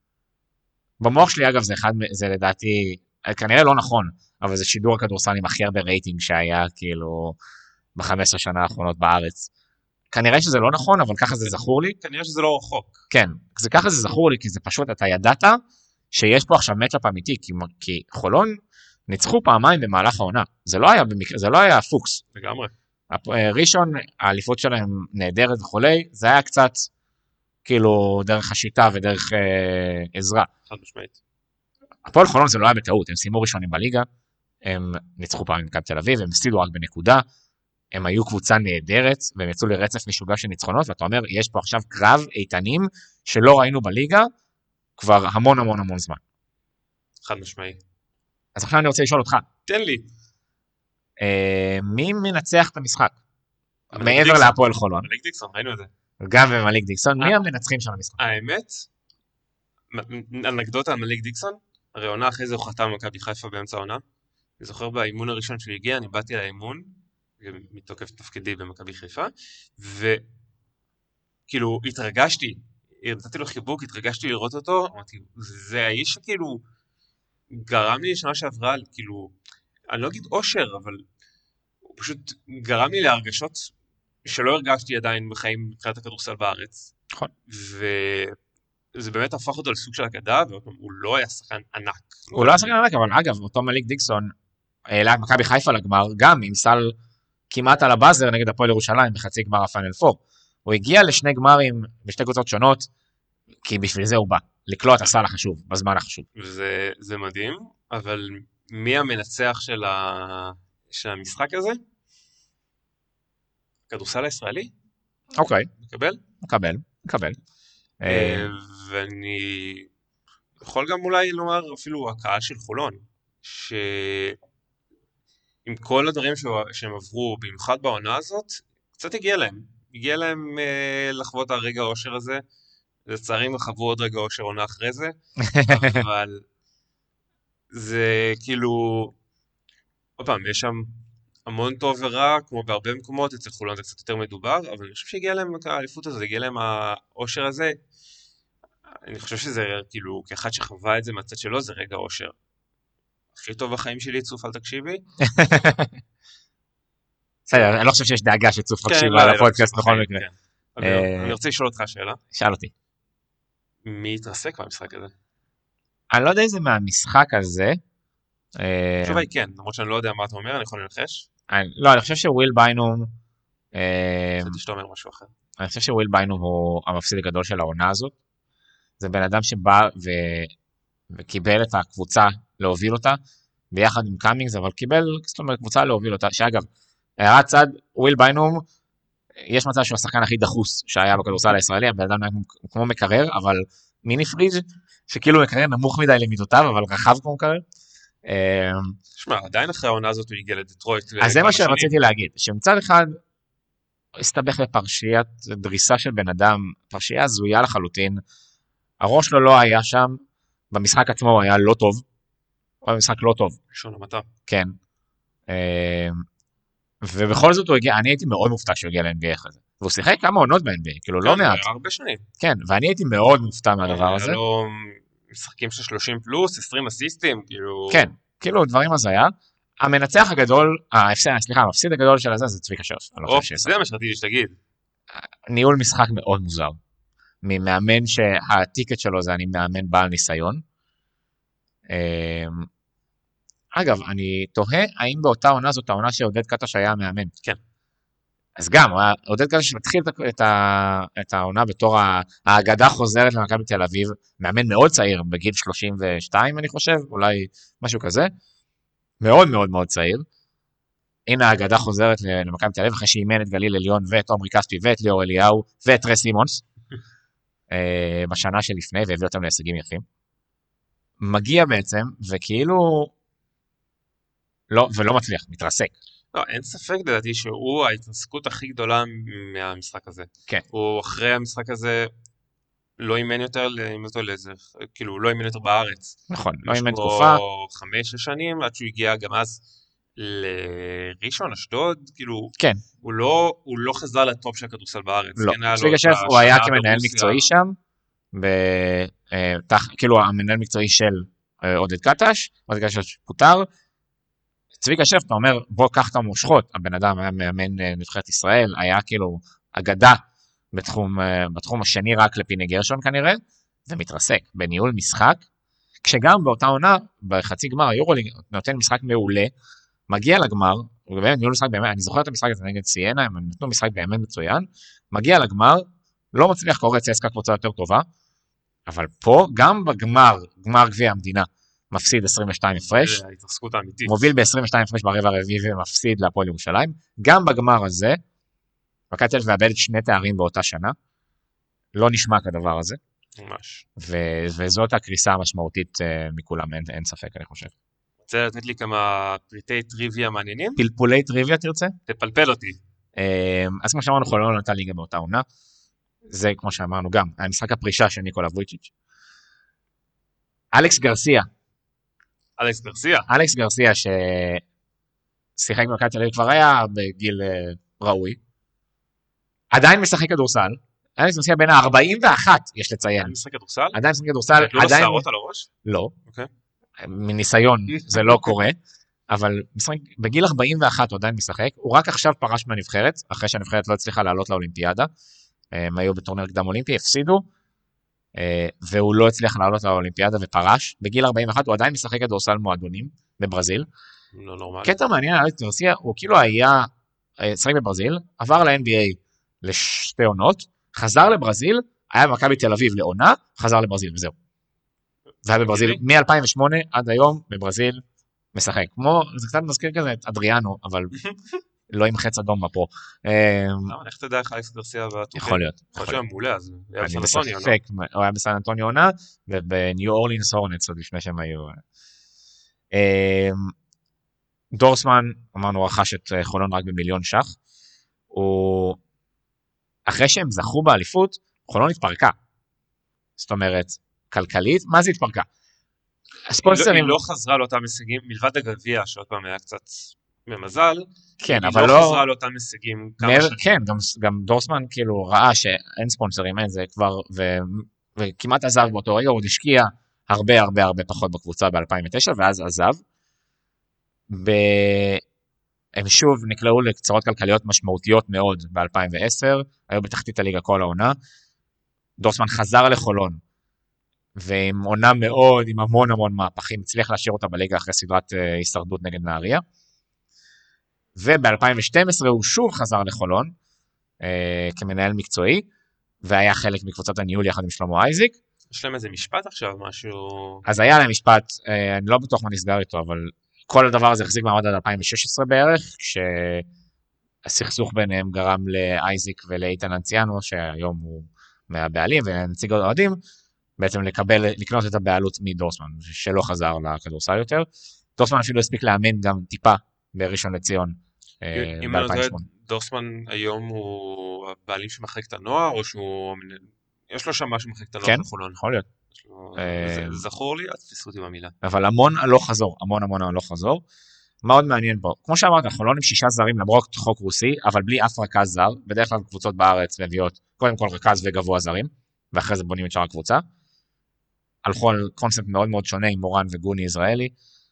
במוח שלי, אגב, זה אחד, זה לדעתי, כנראה לא נכון, אבל זה שידור הכדורסל עם הכי הרבה רייטינג שהיה, כאילו, ב-חמש עשרה שנה האחרונות בארץ. כנראה שזה לא נכון, אבל ככה זה זכור לי. כנראה שזה לא רחוק. כן, זה ככה זה זכור לי, כי זה פשוט, אתה ידעת שיש פה עכשיו מצ'אפ אמיתי, כי, כי חולון ניצחו פעמיים במהלך העונה. זה לא היה במקרה, זה לא היה פוקס. לגמרי. ראשון, האליפות שלהם נהדרת וכולי, זה היה קצת, כאילו, דרך השיטה ודרך אה, עזרה. חד משמעית. הפועל חולון זה לא היה בטעות, הם סיימו ראשונים בליגה, הם ניצחו פעם עם מכבי תל אביב, הם הפסידו רק בנקודה, הם היו קבוצה נהדרת, והם יצאו לרצף משוגע של ניצחונות, ואתה אומר, יש פה עכשיו קרב איתנים, שלא ראינו בליגה, כבר המון המון המון זמן. חד משמעי. אז עכשיו אני רוצה לשאול אותך. תן לי. אה, מי מנצח את המשחק? מעבר להפועל חולון. מליק דיקסון, ראינו את זה. גם במליק דיקסון, מי המנצחים של המשחק? האמת, אנקדוטה על מליק דיקסון, הרי עונה אחרי זה הוא חתם מכבי חיפה באמצע העונה. אני זוכר באימון הראשון שהוא הגיע, אני באתי לאימון, מתוקף תפקידי במכבי חיפה, וכאילו התרגשתי, נתתי לו חיבוק, התרגשתי לראות אותו, אמרתי, זה האיש שכאילו גרם לי לשנה שעברה, כאילו, אני לא אגיד אושר, אבל הוא פשוט גרם לי להרגשות שלא הרגשתי עדיין בחיים מבחינת הכדורסל בארץ. נכון. וזה באמת הפך אותו לסוג של אגדה, והוא לא היה שחקן ענק. הוא לא היה שחקן ענק, אבל אגב, אותו מליק דיקסון העלה את מכבי חיפה לגמר, גם עם סל כמעט על הבאזר נגד הפועל ירושלים בחצי גמר הפיינל פור. הוא הגיע לשני גמרים בשתי קבוצות שונות, כי בשביל זה הוא בא, לקלוע את הסל החשוב, בזמן החשוב. וזה זה מדהים, אבל מי המנצח של, ה... של המשחק הזה? כדורסל הישראלי? אוקיי. מקבל? מקבל, מקבל. ואני יכול גם אולי לומר אפילו הקהל של חולון, שעם כל הדברים שהם עברו, במיוחד בעונה הזאת, קצת הגיע להם. הגיע להם לחוות הרגע האושר הזה, לצערי הם חוו עוד רגע אושר עונה אחרי זה, אבל זה כאילו, עוד פעם, יש שם המון טוב ורע, כמו בהרבה מקומות, אצל חולון זה קצת יותר מדובר, אבל אני חושב שהגיע להם האליפות הזאת, הגיע להם האושר הזה, אני חושב שזה כאילו, כאחד שחווה את זה מהצד שלו, זה רגע אושר. הכי טוב בחיים שלי, צוף, אל תקשיבי. בסדר, אני לא חושב שיש דאגה שצוף תקשיב על הפודקאסט בכל מקרה. אני רוצה לשאול אותך שאלה. שאל אותי. מי התרסק במשחק הזה? אני לא יודע איזה מהמשחק הזה. התשובה היא כן, למרות שאני לא יודע מה אתה אומר, אני יכול לנחש? לא, אני חושב שוויל ביינום... חשבתי שאתה אומר משהו אחר. אני חושב שוויל ביינום הוא המפסיד הגדול של העונה הזאת. זה בן אדם שבא ו... וקיבל את הקבוצה להוביל אותה, ביחד עם קאמינגס, אבל קיבל, זאת אומרת, קבוצה להוביל אותה, שאגב, הערת צד, וויל ביינום, יש מצב שהוא השחקן הכי דחוס שהיה בכדורסל הישראלי, הבן אדם הוא כמו מקרר, אבל מיני פריג' שכאילו מקרר נמוך מדי למידותיו, אבל רחב כמו מקרר. שמע, עדיין אחרי העונה הזאת הוא הגיע לדטרויט. אז זה מה שרציתי להגיד, שמצד אחד, הסתבך בפרשיית דריסה של בן אדם, פרשייה זויה לחלוטין, הראש שלו לא היה שם, במשחק עצמו הוא היה לא טוב, הוא היה משחק לא טוב. ראשון המטה. כן. ובכל זאת הוא הגיע, אני הייתי מאוד מופתע שהוא הגיע ל-אן בי איי אחרי זה. והוא שיחק כמה עונות ב-אן בי איי, כאילו לא מעט. הרבה שנים. כן, ואני הייתי מאוד מופתע מהדבר הזה. היה לו משחקים של שלושים פלוס, עשרים אסיסטים, כאילו... כן, כאילו דברים אז היה. המנצח הגדול, סליחה, המפסיד הגדול של הזה זה צביקה שרף. זה מה שרציתי שתגיד. ניהול משחק מאוד מוזר. ממאמן שהטיקט שלו זה אני מאמן בעל ניסיון. אגב, אני תוהה האם באותה עונה זאת העונה שעודד קטש היה המאמן. כן. אז גם, עודד קטש מתחיל את, את העונה בתור האגדה חוזרת למכבי תל אביב, מאמן מאוד צעיר, בגיל שלושים ושתיים אני חושב, אולי משהו כזה, מאוד מאוד מאוד צעיר. הנה האגדה חוזרת למכבי תל אביב, אחרי שאימן את גליל עליון ואת עומרי כספי ואת ליאור אליהו ואת רס לימונס, בשנה שלפני, והביא אותם להישגים יפים. מגיע בעצם, וכאילו, לא, ולא מצליח, מתרסק. לא, אין ספק לדעתי שהוא ההתרסקות הכי גדולה מהמשחק הזה. כן. הוא אחרי המשחק הזה לא אימן יותר, לזה, כאילו, לא אימן יותר בארץ. נכון, לא אימן תקופה. חמש שנים, עד שהוא הגיע גם אז לראשון, אשדוד, כאילו, כן. הוא לא, הוא לא חזר לטופ של הכדורסל בארץ. לא, צביקה שרף הוא היה כמנהל מקצועי שם, ב, תח, כאילו המנהל מקצועי של עודד קטש, עודד קטש פוטר, צביקה שרף, אתה אומר, בוא קח את המושכות, הבן אדם היה מאמן נבחרת ישראל, היה כאילו אגדה בתחום, בתחום השני רק לפיני גרשון כנראה, ומתרסק בניהול משחק, כשגם באותה עונה, בחצי גמר, היורוליג נותן משחק מעולה, מגיע לגמר, ובאמת ניהול משחק באמת, אני זוכר את המשחק הזה נגד סיינה, הם נתנו משחק באמת מצוין, מגיע לגמר, לא מצליח קורא צסקה קבוצה יותר טובה, אבל פה, גם בגמר, גמר גביע המדינה, מפסיד עשרים ושתיים הפרש, מוביל ב-עשרים ושתיים הפרש ברבע הרביעי ומפסיד להפועל ירושלים, גם בגמר הזה, מכבי תל אביב מאבדת שני תארים באותה שנה, לא נשמע כדבר הזה, ממש. ו- וזאת הקריסה המשמעותית מכולם, אין, אין ספק, אני חושב. רוצה לתת לי כמה פריטי טריוויה מעניינים? פלפולי טריוויה תרצה? תפלפל אותי. אז כמו שאמרנו, חולון לא נתן ליגה באותה עונה, זה כמו שאמרנו גם, המשחק הפרישה של ניקולה וויצ'יץ'. אלכס גרסיה. אלכס גרסיה? אלכס גרסיה ששיחק במכבי תל אביב כבר היה בגיל ראוי, עדיין משחק כדורסל, אלכס גרסיה בין ה-ארבעים ואחת, יש לציין. עדיין משחק כדורסל? עדיין משחק כדורסל. נתנו לו שערות על הראש? לא. אוקיי. מניסיון זה לא קורה, אבל משחק, בגיל ארבעים ואחת הוא עדיין משחק, הוא רק עכשיו פרש מהנבחרת, אחרי שהנבחרת לא הצליחה לעלות לאולימפיאדה, הם היו בטורניר קדם אולימפי, הפסידו, והוא לא הצליח לעלות לאולימפיאדה ופרש, בגיל ארבעים ואחת הוא עדיין משחק כדורסל מועדונים בברזיל. לא נורמלי. קטע מעניין, אלכס גרסיה, הוא כאילו היה שחק בברזיל, עבר ל-אן בי איי לשתי עונות, חזר לברזיל, היה במכבי תל אביב לעונה, חזר לברזיל, וזהו. והיה בברזיל מ-אלפיים ושמונה עד היום, בברזיל, משחק. כמו, זה קצת מזכיר כזה את אדריאנו, אבל לא עם חץ אדום בפרו. איך אתה יודע איך אלכס גרסיה והטורקי? יכול להיות. יכול להיות מעולה, אז הוא היה אני בסן אנטוניו, בספק, הוא היה בסן אנטוניו עונה, ובניו אורלינס הורנטס עוד לפני שהם היו. דורסמן, אמרנו, רכש את חולון רק במיליון שח, הוא, אחרי שהם זכו באליפות, חולון התפרקה. זאת אומרת, כלכלית, מה זה התפרקה? הספונסרים... היא לא חזרה לאותם הישגים, מלבד הגביע, שעוד פעם היה קצת במזל, כן, היא אבל לא חזרה לאותם הישגים כמה שנים. כן, גם, גם דורסמן כאילו ראה שאין ספונסרים, אין זה כבר, ו, וכמעט עזב באותו רגע, הוא השקיע הרבה הרבה הרבה פחות בקבוצה ב-אלפיים ותשע, ואז עזב. ב... הם שוב נקלעו לקצרות כלכליות משמעותיות מאוד ב-אלפיים ועשר, היו בתחתית הליגה כל העונה, דורסמן חזר לחולון, ועם עונה מאוד, עם המון המון מהפכים, הצליח להשאיר אותה בליגה אחרי סדרת uh, הישרדות נגד נהריה, וב-אלפיים ושתים עשרה הוא שוב חזר לחולון, uh, כמנהל מקצועי, והיה חלק מקבוצת הניהול יחד עם שלמה אייזיק. יש להם איזה משפט עכשיו, משהו... אז היה להם משפט, uh, אני לא בטוח מה נסגר איתו, אבל כל הדבר הזה החזיק מעמד עד אלפיים ושש עשרה בערך, כשהסכסוך ביניהם גרם לאייזיק ולאיתן אנציאנו, שהיום הוא מהבעלים ונציג האוהדים, בעצם לקבל, לקנות את הבעלות מדורסמן, שלא חזר לכדורסל יותר. דורסמן אפילו הספיק לאמן גם טיפה בראשון לציון ב-אלפיים ושמונה. דורסמן היום הוא הבעלים שמחלק את הנוער, או שהוא, יש לו שם משהו שמחלק את הנוער? כן, יכול להיות. זכור לי, אז תפסו אותי במילה. אבל המון הלוך חזור, המון המון הלוך חזור. מה עוד מעניין פה? כמו שאמרת, אנחנו לא עם שישה זרים למרות חוק רוסי, אבל בלי אף רכז זר, בדרך כלל קבוצות בארץ מביאות קודם כל רכז וגבוה זרים, ואחרי זה בונים את שאר הקבוצה. הלכו על קונספט מאוד מאוד שונה עם מורן וגוני ישראלי,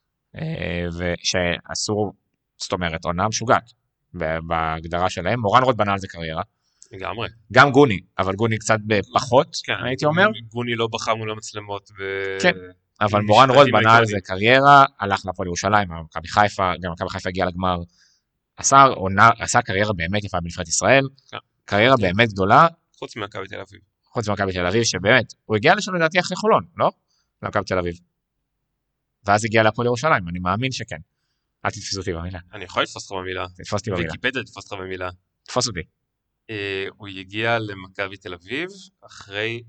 ושאסור, זאת אומרת, עונה משוגעת בהגדרה שלהם. מורן רוט בנה על זה קריירה. לגמרי. גם גוני, אבל גוני קצת בפחות, כן, הייתי אומר. גוני לא בחר מול המצלמות. ו... כן, אבל מורן רוט בנה על זה קריירה, הלך לפועל ירושלים, מכבי חיפה, גם מכבי חיפה הגיע לגמר, עשה, עונה, עשה קריירה באמת יפה בנבחרת ישראל, כן. קריירה כן. באמת גדולה. חוץ ממכבי תל אביב. חוץ ממכבי תל אביב, שבאמת, הוא הגיע לשם לדעתי אחרי חולון, לא? למכבי תל אביב. ואז הגיע לפועל ירושלים, אני מאמין שכן. אל תתפסו אותי במילה. אני יכול לתפוס אותך במילה. תתפוס אותי במילה. ויקיפדיה תתפוס אותך במילה. תתפוס אותי. הוא הגיע למכבי תל אביב, אחרי,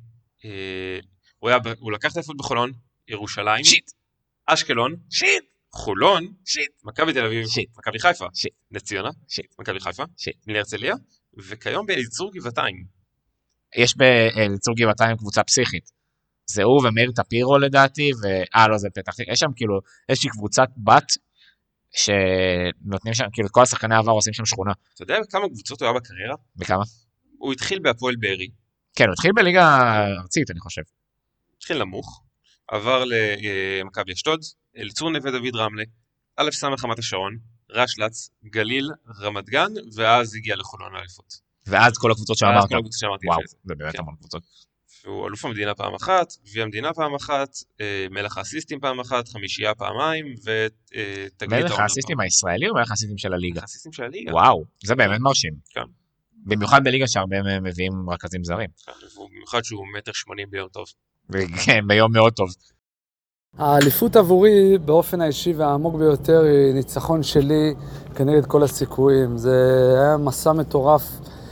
הוא לקח את האליפות בחולון, ירושלים, שיט. אשקלון, שיט. חולון, שיט. מכבי תל אביב, שיט. מכבי חיפה, שיט. נס ציונה, שיט. מכבי חיפה, שיט. בני הרצליה, וכיום באליצור גבעתיים. יש באליצור גבעתיים קבוצה פסיכית. זה הוא ומאיר טפירו לדעתי, ואה לא זה פתח, יש שם כאילו, יש לי קבוצת בת, שנותנים שם, כאילו כל השחקני העבר עושים שם שכונה. אתה יודע כמה קבוצות הוא היה בקריירה? בכמה? הוא התחיל בהפועל בארי. כן, הוא התחיל בליגה ארצית, אני חושב. התחיל נמוך, עבר למכבי אשדוד, אליצור נווה דוד רמלה, א' סמך רמת השרון, רשל"צ, גליל, רמת גן, ואז הגיע לחולון האליפות. ואז כל הקבוצות שאמרת. ואז כל הקבוצות שאמרתי. וואו, זה באמת המון קבוצות. הוא אלוף המדינה פעם אחת, גביע המדינה פעם אחת, מלך האסיסטים פעם אחת, חמישייה פעמיים, ותגלית העונה. מלך האסיסטים הישראלי או מלך האסיסטים של הליגה? מלך האסיסטים של הליגה. וואו, זה באמת מרשים. כן. במיוחד בליגה שהרבה מהם מביאים רכזים זרים. כן, במיוחד שהוא מטר שמונים ביום טוב. כן, ביום מאוד טוב. האליפות עבורי באופן האישי והעמוק ביותר היא ניצחון שלי כנגד כל הסיכויים. זה היה מסע מטורף.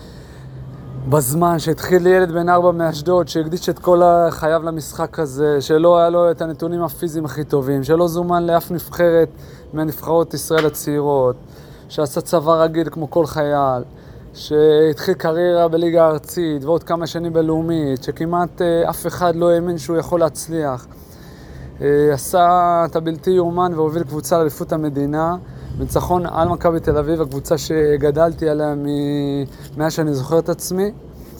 בזמן שהתחיל ילד בן ארבע מאשדוד, שהקדיש את כל חייו למשחק הזה, שלא היה לו את הנתונים הפיזיים הכי טובים, שלא זומן לאף נבחרת מהנבחרות ישראל הצעירות, שעשה צבא רגיל כמו כל חייל, שהתחיל קריירה בליגה הארצית ועוד כמה שנים בלאומית, שכמעט אף אחד לא האמין שהוא יכול להצליח. עשה את הבלתי יאומן והוביל קבוצה לאליפות המדינה, ניצחון על מכבי תל אביב, הקבוצה שגדלתי עליה מאז שאני זוכר את עצמי.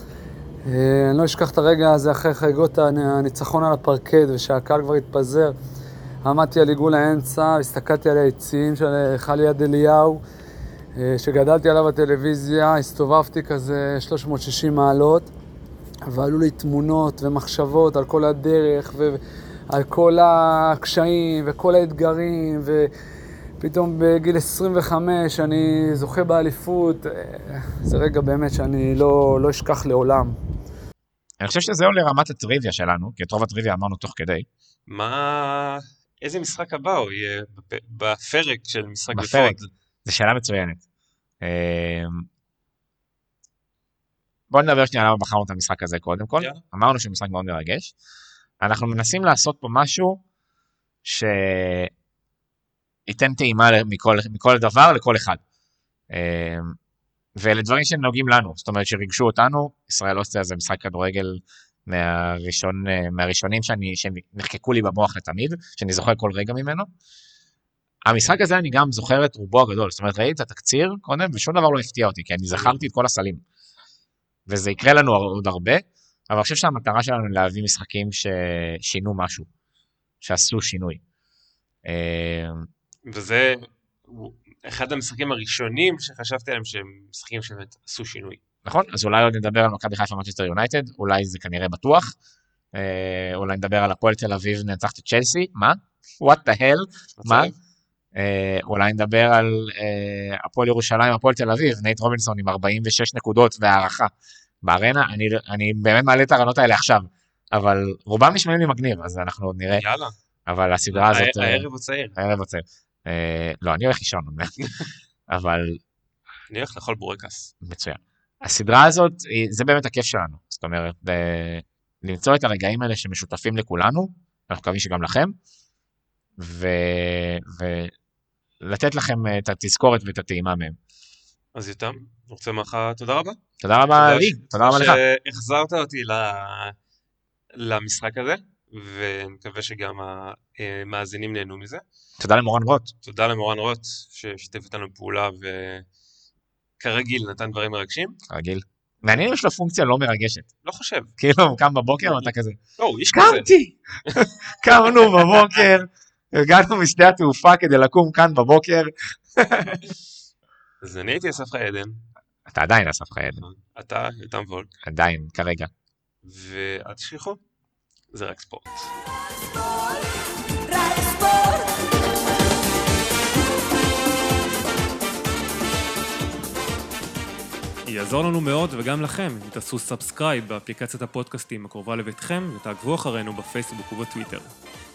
אני לא אשכח את הרגע הזה אחרי חגיגות הניצחון על הפרקד ושהקהל כבר התפזר. עמדתי על עיגול האמצע, הסתכלתי על היציעים של חלי יד אליהו, שגדלתי עליו בטלוויזיה, הסתובבתי כזה שלוש מאות ושישים מעלות, ועלו לי תמונות ומחשבות על כל הדרך ועל כל הקשיים וכל האתגרים ו... פתאום בגיל עשרים וחמש אני זוכה באליפות, זה רגע באמת שאני לא, לא אשכח לעולם. אני חושב שזהו לרמת הטריוויה שלנו, כי את רוב הטריוויה אמרנו תוך כדי. מה... איזה משחק הבא הוא יהיה בפרק של משחק בפרק, בפוד? זו שאלה מצוינת. בואו נדבר שנייה למה בחרנו את המשחק הזה קודם כל. יאללה. אמרנו שהוא משחק מאוד מרגש. אנחנו מנסים לעשות פה משהו שייתן טעימה מכל, מכל דבר לכל אחד. ואלה דברים שנוגעים לנו, זאת אומרת שריגשו אותנו. ישראל אוסטריה זה משחק כדורגל מהראשון, מהראשונים שאני, שנחקקו לי במוח לתמיד, שאני זוכר כל רגע ממנו. המשחק הזה אני גם זוכר את רובו הגדול, זאת אומרת ראיתי את התקציר קודם ושום דבר לא הפתיע אותי, כי אני זכרתי את כל הסלים. וזה יקרה לנו עוד הרבה, אבל אני חושב שהמטרה שלנו היא להביא משחקים ששינו משהו, שעשו שינוי. וזה אחד המשחקים הראשונים שחשבתי עליהם שהם משחקים שבאמת עשו שינוי. נכון, אז אולי עוד נדבר על מכבי חיפה מנצ'סטר יונייטד, אולי זה כנראה בטוח, אולי נדבר על הפועל תל אביב ננצח את צ'לסי, מה? What the hell? מה? אולי נדבר על הפועל ירושלים, הפועל תל אביב, נייט רובינסון עם ארבעים ושש נקודות והערכה בארנה, אני, אני באמת מעלה את הרעיונות האלה עכשיו, אבל רובם נשמעים לי מגניב, אז אנחנו עוד נראה. יאללה. אבל הסדרה הזאת... הערב הוא צעיר. הערב הוא צעיר. לא, אני הולך לישון, אבל... אני הולך לאכול בורקס. מצוין. הסדרה הזאת, זה באמת הכיף שלנו, זאת אומרת, למצוא את הרגעים האלה שמשותפים לכולנו, אנחנו מקווים שגם לכם, ו... ולתת לכם את התזכורת ואת הטעימה מהם. אז יותם, רוצה לך תודה רבה. תודה רבה לי, תודה רבה לך. שהחזרת אותי למשחק הזה, ונקווה שגם המאזינים נהנו מזה. תודה למורן רוט. תודה למורן רוט, ששיתף איתנו פעולה, וכרגיל נתן דברים מרגשים. כרגיל. מעניין אם יש לו פונקציה לא מרגשת. לא חושב. כאילו, הוא קם בבוקר, ואתה כזה. לא, הוא איש כזה. קמתי! קמנו בבוקר, הגענו משדה התעופה כדי לקום כאן בבוקר. אז אני הייתי אסף חיידן. אתה עדיין אסף חיידן. אתה, יותם וולק. עדיין, כרגע. ואל תשכחו, זה רק ספורט. יעזור לנו מאוד וגם לכם אם תעשו סאבסקרייב באפליקציית הפודקאסטים הקרובה לביתכם ותעקבו אחרינו בפייסבוק ובטוויטר.